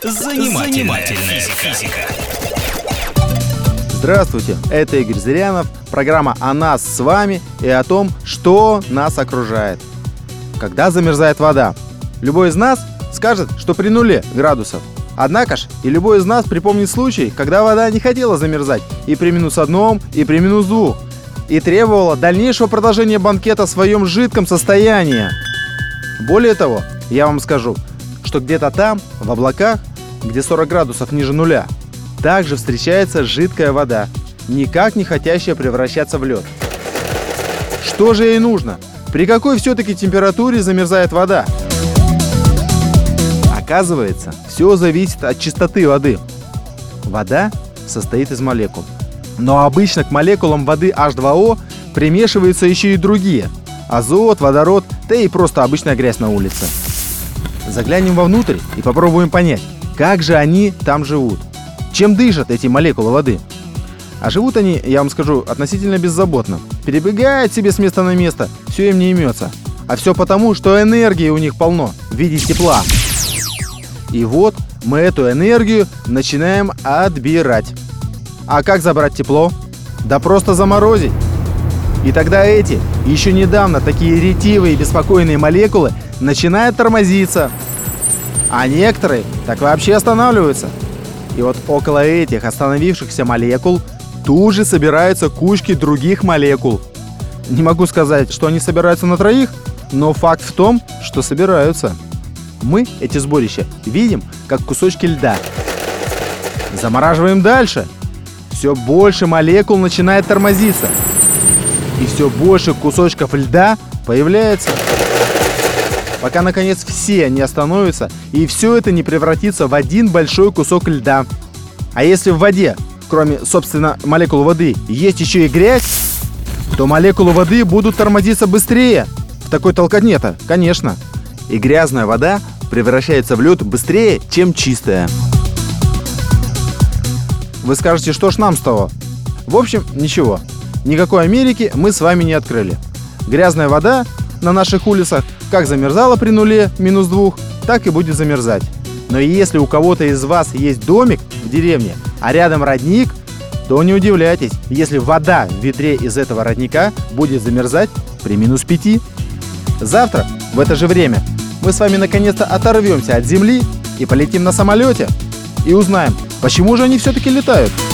Занимательная физика. Здравствуйте, это Игорь Зырянов, программа о нас с вами и о том, что нас окружает. Когда замерзает вода? Любой из нас скажет, что при 0 градусов. Однако ж и любой из нас припомнит случай, когда вода не хотела замерзать и при -1, и при -2, и требовала дальнейшего продолжения банкета в своем жидком состоянии. Более того, я вам скажу, что где-то там, в облаках, где 40 градусов ниже 0, также встречается жидкая вода, никак не хотящая превращаться в лед. Что же ей нужно? При какой все-таки температуре замерзает вода? Оказывается, все зависит от чистоты воды. Вода состоит из молекул. Но обычно к молекулам воды H2O примешиваются еще и другие – азот, водород, да и просто обычная грязь на улице. Заглянем вовнутрь и попробуем понять, как же они там живут. Чем дышат эти молекулы воды? А живут они, я вам скажу, относительно беззаботно. Перебегают себе с места на место, все им не имется. А все потому, что энергии у них полно в виде тепла. И вот мы эту энергию начинаем отбирать. А как забрать тепло? Да просто заморозить. И тогда эти, еще недавно такие ретивые и беспокойные молекулы начинают тормозиться. А некоторые так вообще останавливаются. И вот около этих остановившихся молекул тут же собираются кучки других молекул. Не могу сказать, что они собираются на троих, но факт в том, что собираются. Мы эти сборища видим, как кусочки льда. Замораживаем дальше. Все больше молекул начинает тормозиться. И все больше кусочков льда появляется. Пока, наконец, все не остановятся, и все это не превратится в один большой кусок льда. А если в воде, кроме, собственно, молекул воды, есть еще и грязь, то молекулы воды будут тормозиться быстрее. В такой толкотне-то, конечно. И грязная вода превращается в лед быстрее, чем чистая. Вы скажете, что ж нам с того? В общем, ничего. Никакой Америки мы с вами не открыли. Грязная вода на наших улицах как замерзала при 0, -2, так и будет замерзать. Но если у кого-то из вас есть домик в деревне, а рядом родник, то не удивляйтесь, если вода в ведре из этого родника будет замерзать при -5. Завтра в это же время мы с вами наконец-то оторвемся от земли и полетим на самолете и узнаем, почему же они все-таки летают.